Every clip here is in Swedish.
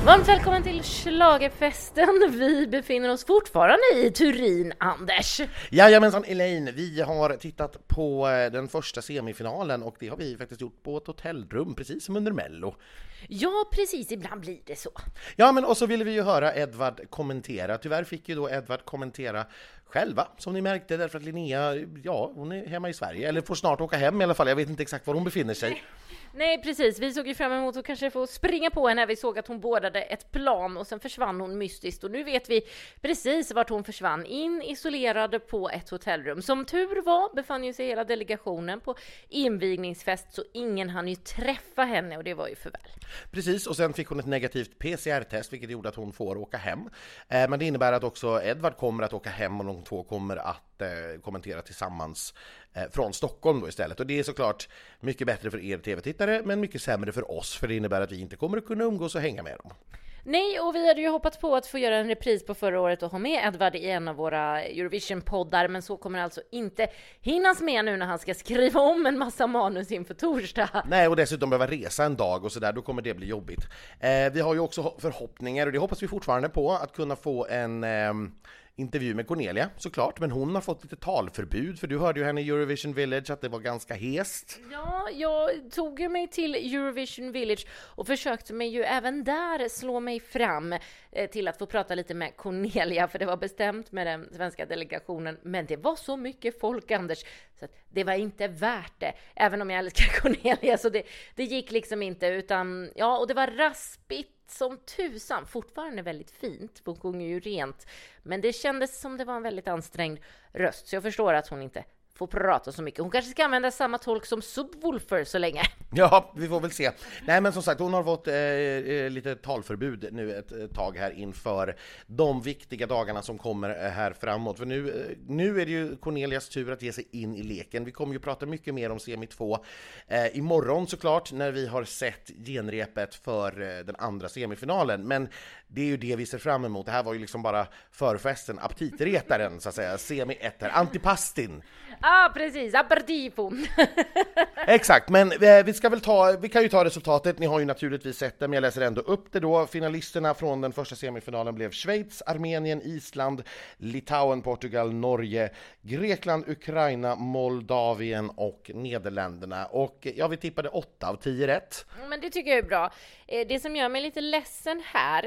Varmt välkommen till Schlagerfesten. Vi befinner oss fortfarande i Turin, Anders. Jajamensan, Elaine. Vi har tittat på den första semifinalen och det har vi faktiskt gjort på ett hotellrum, precis som under Mello. Ja, precis. Ibland blir det så. Ja, men och så ville vi ju höra Edvard kommentera. Tyvärr fick ju då Edvard kommentera själva, som ni märkte, därför att Linnea, ja, hon är hemma i Sverige. Eller får snart åka hem i alla fall. Jag vet inte exakt var hon befinner sig. Nej, precis. Vi såg ju fram emot att kanske få springa på henne när vi såg att hon boardade ett plan och sen försvann hon mystiskt. Och nu vet vi precis vart hon försvann. In isolerad på ett hotellrum. Som tur var befann ju sig hela delegationen på invigningsfest så ingen hann ju träffa henne och det var ju för väl. Precis, och sen fick hon ett negativt PCR-test vilket gjorde att hon får åka hem. Men det innebär att också Edvard kommer att åka hem och de två kommer att kommentera tillsammans från Stockholm då istället. Och det är såklart mycket bättre för er tv-tittare men mycket sämre för oss, för det innebär att vi inte kommer att kunna umgås och hänga med dem. Nej, och vi hade ju hoppats på att få göra en repris på förra året och ha med Edvard i en av våra Eurovision-poddar, men så kommer det alltså inte hinnas med nu när han ska skriva om en massa manus inför torsdag. Nej, och dessutom behöva resa en dag och sådär, då kommer det bli jobbigt. Vi har ju också förhoppningar, och det hoppas vi fortfarande på, att kunna få en intervju med Cornelia, såklart, men hon har fått lite talförbud, för du hörde ju henne i Eurovision Village att det var ganska hest. Ja, jag tog ju mig till Eurovision Village och försökte mig ju även där slå mig fram till att få prata lite med Cornelia, för det var bestämt med den svenska delegationen, men det var så mycket folk, Anders, så att det var inte värt det, även om jag älskar Cornelia, så det gick liksom inte, utan ja, och det var raspigt som tusan, fortfarande väldigt fint, hon sjunger ju rent, men det kändes som det var en väldigt ansträngd röst, så jag förstår att hon inte får prata så mycket. Hon kanske ska använda samma tolk som Subwoolfer så länge. Ja, vi får väl se. Nej, men som sagt, hon har fått lite talförbud nu ett tag här inför de viktiga dagarna som kommer här framåt. För nu är det ju Cornelias tur att ge sig in i leken. Vi kommer ju prata mycket mer om semi 2 imorgon såklart, när vi har sett genrepet för den andra semifinalen. Men det är ju det vi ser fram emot. Det här var ju liksom bara förfesten, aptitretaren så att säga, semi 1 här, antipastin. Ja, precis, apertifon. Exakt, men vi kan ju ta resultatet. Ni har ju naturligtvis sett det, men jag läser ändå upp det då. Finalisterna från den första semifinalen blev Schweiz, Armenien, Island, Litauen, Portugal, Norge, Grekland, Ukraina, Moldavien och Nederländerna. Och ja, vi tippade 8 av 10 rätt. Men det tycker jag är bra. Det som gör mig lite ledsen här,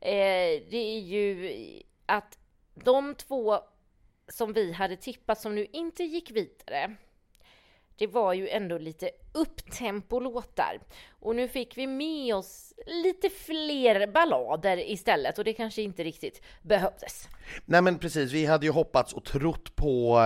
det är ju att de två som vi hade tippat som nu inte gick vidare, det var ju ändå lite upptempo-låtar. Och nu fick vi med oss lite fler ballader istället, och det kanske inte riktigt behövdes. Nej, men precis, vi hade ju hoppats och trott på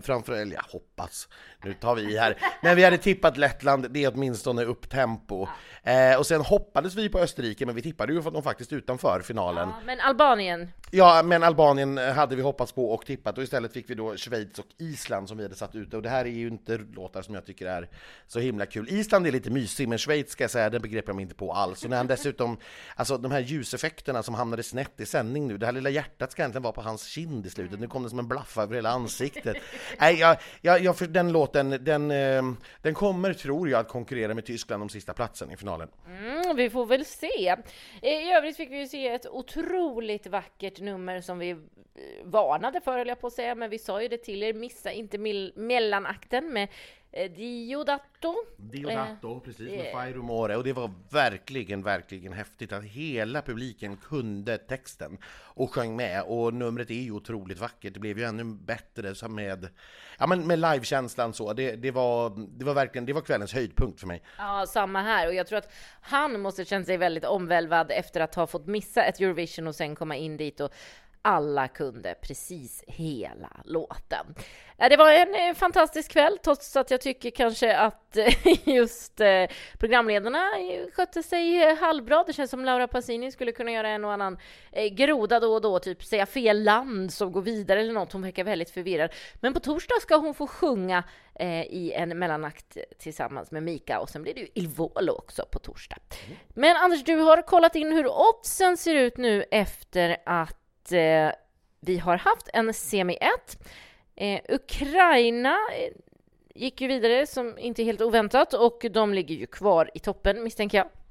nu tar vi i här. Men vi hade tippat Lettland, det är åtminstone upptempo. Och sen hoppades vi på Österrike, men vi tippade ju för de faktiskt utanför finalen. Ja, men Albanien? Ja, men Albanien hade vi hoppats på och tippat, och istället fick vi då Schweiz och Island som vi hade satt ute. Och det här är ju inte låtar som jag tycker är så himla kul. Island är lite mysig, men Schweiz ska jag säga, den begrepp jag mig inte på alls. Och när han dessutom, alltså de här ljuseffekterna som hamnade snett i sändning nu, det här lilla hjärtat ska egentligen vara på hans kind i slutet. Nu kom det som en blaffa över hela ansiktet. Nej, för den låten, den kommer, tror jag, att konkurrera med Tyskland om sista platsen i finalen. Vi får väl se. I övrigt fick vi ju se ett otroligt vackert nummer som vi varnade för, höll jag på att säga, men vi sa ju det till er, missa inte mellanakten med Diodato, precis, med Fai Rumore. Och det var verkligen, verkligen häftigt att hela publiken kunde texten och sjöng med. Och numret är ju otroligt vackert. Det blev ju ännu bättre så med livekänslan så. Det var verkligen, det var kvällens höjdpunkt för mig. Ja, samma här. Och jag tror att han måste känna sig väldigt omvälvad efter att ha fått missa ett Eurovision och sen komma in dit och alla kunde precis hela låten. Det var en fantastisk kväll, trots att jag tycker kanske att just programledarna skötte sig halvbra. Det känns som Laura Pausini skulle kunna göra en och annan groda då och då, typ säga fel land som går vidare eller något. Hon verkar väldigt förvirrad. Men på torsdag ska hon få sjunga i en mellanakt tillsammans med Mika, och sen blir det ju Il Volo också på torsdag. Men Anders, du har kollat in hur oddsen ser ut nu efter att vi har haft en semi 1. Ukraina gick ju vidare som inte helt oväntat, och de ligger ju kvar i toppen, misstänker jag.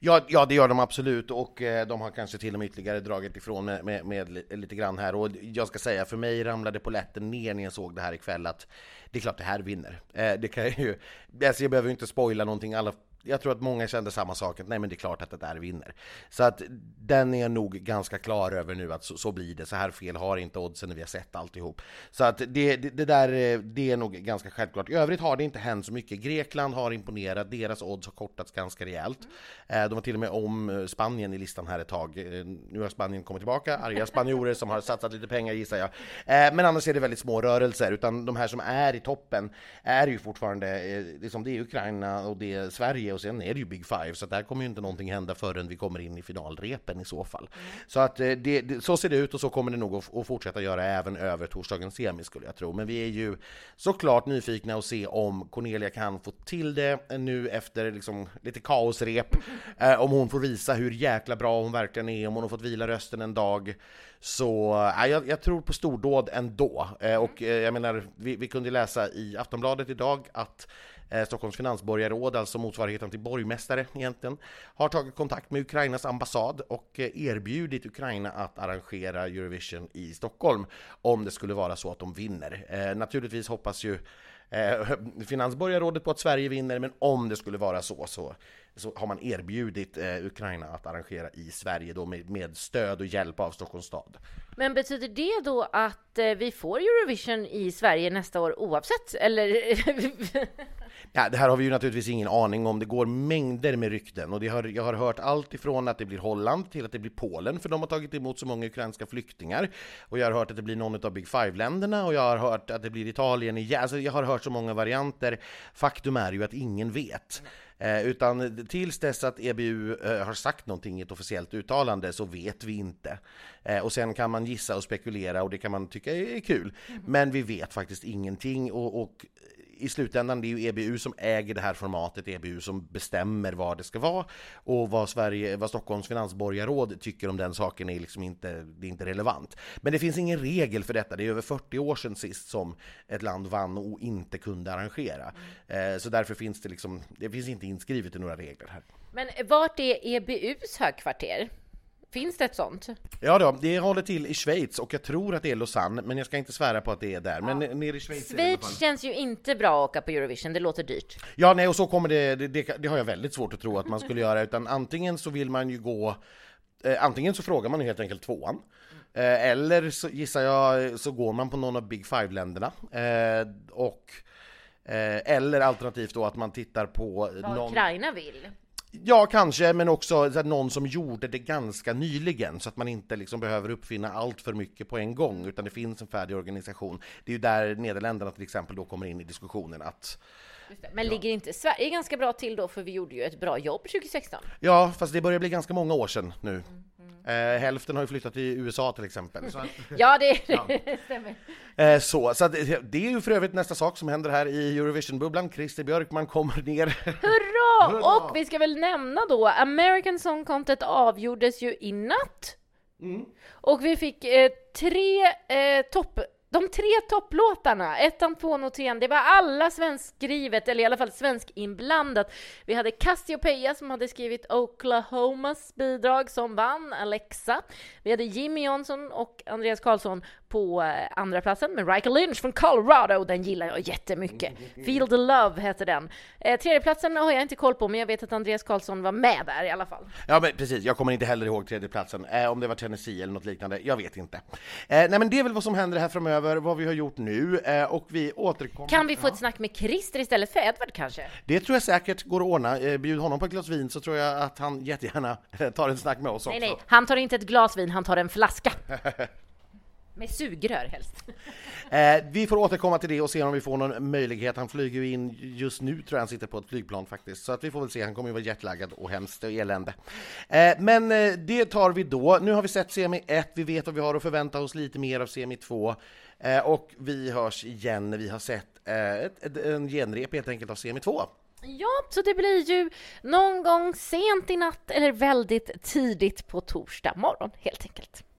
Ja, det gör de absolut, och de har kanske till och med ytterligare dragit ifrån med lite grann här. Och jag ska säga, för mig ramlade polletten ner när jag såg det här ikväll, att det är klart det här vinner. Det kan ju, alltså jag behöver inte spoila någonting, jag tror att många kände samma sak, att nej, men det är klart att det där vinner. Så att den är nog ganska klar över nu, att så blir det. Så här fel har inte oddsen när vi har sett alltihop. Så att det är nog ganska självklart. I övrigt har det inte hänt så mycket. Grekland har imponerat, deras odds har kortats ganska rejält. De var till och med om Spanien i listan här ett tag. Nu har Spanien kommit tillbaka, arga spanjorer som har satsat lite pengar, gissar jag. Men annars är det väldigt små rörelser, utan de här som är i toppen är ju fortfarande, liksom, det är Ukraina och det är Sverige, och sen är det ju Big Five, så där kommer ju inte någonting hända förrän vi kommer in i finalrepen i så fall. Så att så ser det ut, och så kommer det nog att fortsätta göra även över torsdagens semi, skulle jag tro. Men vi är ju såklart nyfikna att se om Cornelia kan få till det nu efter liksom lite kaosrep, om hon får visa hur jäkla bra hon verkligen är, om hon har fått vila rösten en dag. Så jag tror på stordåd ändå. Och jag menar, vi kunde läsa i Aftonbladet idag att Stockholms finansborgarråd, alltså motsvarigheten till borgmästare egentligen, har tagit kontakt med Ukrainas ambassad och erbjudit Ukraina att arrangera Eurovision i Stockholm om det skulle vara så att de vinner. Naturligtvis hoppas ju finansborgarrådet på att Sverige vinner, men om det skulle vara så har man erbjudit Ukraina att arrangera i Sverige då med stöd och hjälp av Stockholms stad. Men betyder det då att vi får Eurovision i Sverige nästa år oavsett? Eller? Ja, det här har vi ju naturligtvis ingen aning om. Det går mängder med rykten, och jag har hört allt ifrån att det blir Holland till att det blir Polen, för de har tagit emot så många ukrainska flyktingar. Och jag har hört att det blir någon av Big Five-länderna, och jag har hört att det blir Italien igen. Alltså, jag har hört så många varianter. Faktum är ju att ingen vet. Utan tills dess att EBU har sagt någonting i ett officiellt uttalande så vet vi inte. Och sen kan man gissa och spekulera, och det kan man tycka är kul. Men vi vet faktiskt ingenting, och i slutändan det är ju EBU som äger det här formatet, EBU som bestämmer vad det ska vara, och vad Stockholms finansborgarråd tycker om den saken är liksom inte relevant. Men det finns ingen regel för detta. Det är över 40 år sedan sist som ett land vann och inte kunde arrangera. Så därför finns det finns inte inskrivet i några regler här. Men vart är EBUs högkvarter? Finns det ett sånt? Ja då, det håller till i Schweiz, och jag tror att det är Lausanne, men jag ska inte svära på att det är där. Men nere i Schweiz känns ju inte bra att åka på Eurovision, det låter dyrt. Ja, nej, och så kommer det har jag väldigt svårt att tro att man skulle göra, utan antingen så vill man ju gå, antingen så frågar man helt enkelt tvåan, eller så gissar jag så går man på någon av Big Five-länderna, eller alternativt då att man tittar på vad Ukraina vill. Ja, kanske, men också någon som gjorde det ganska nyligen, så att man inte liksom behöver uppfinna allt för mycket på en gång, utan det finns en färdig organisation. Det är ju där Nederländerna till exempel då kommer in i diskussionen att... Men ligger inte Sverige ganska bra till då, för vi gjorde ju ett bra jobb 2016? Ja, fast det börjar bli ganska många år sedan nu. Hälften har ju flyttat till USA till exempel. Så att, ja, det stämmer. Så det är ju för övrigt nästa sak som händer här i Eurovision-bubblan. Christer Björkman kommer ner. Hurra! Och vi ska väl nämna då, American Song Contest avgjordes ju i natt. Och vi fick de tre topplåtarna, 1, 2 och 3, det var alla svenskskrivet, eller i alla fall svensk inblandat. Vi hade Cassiopeia som hade skrivit Oklahomas bidrag som vann, Alexa. Vi hade Jimmy Johnson och Andreas Karlsson på andra platsen med Riker Lynch från Colorado, den gillar jag jättemycket. Feel the Love heter den. Tredje platsen har jag inte koll på, men jag vet att Andreas Karlsson var med där i alla fall. Ja, men precis, jag kommer inte heller ihåg tredje platsen, om det var Tennessee eller något liknande, jag vet inte. Nej, men det är väl vad som händer här framöver, vad vi har gjort nu, och vi återkommer. Kan vi få ett snack med Christer istället för Edvard kanske? Det tror jag säkert går att ordna. Bjud honom på ett glas vin, så tror jag att han jättegärna tar en snack med oss också. Nej, han tar inte ett glas vin, han tar en flaska. Med sugrör helst. Vi får återkomma till det och se om vi får någon möjlighet. Han flyger ju in just nu, tror jag han sitter på ett flygplan faktiskt. Så att vi får väl se, han kommer ju vara jetlaggad och hemskt och elände. Men det tar vi då. Nu har vi sett semi 1, vi vet vad vi har att förvänta oss lite mer av semi 2. Och vi hörs igen när vi har sett en genrep helt enkelt av semi 2. Ja, så det blir ju någon gång sent i natt eller väldigt tidigt på torsdag morgon helt enkelt.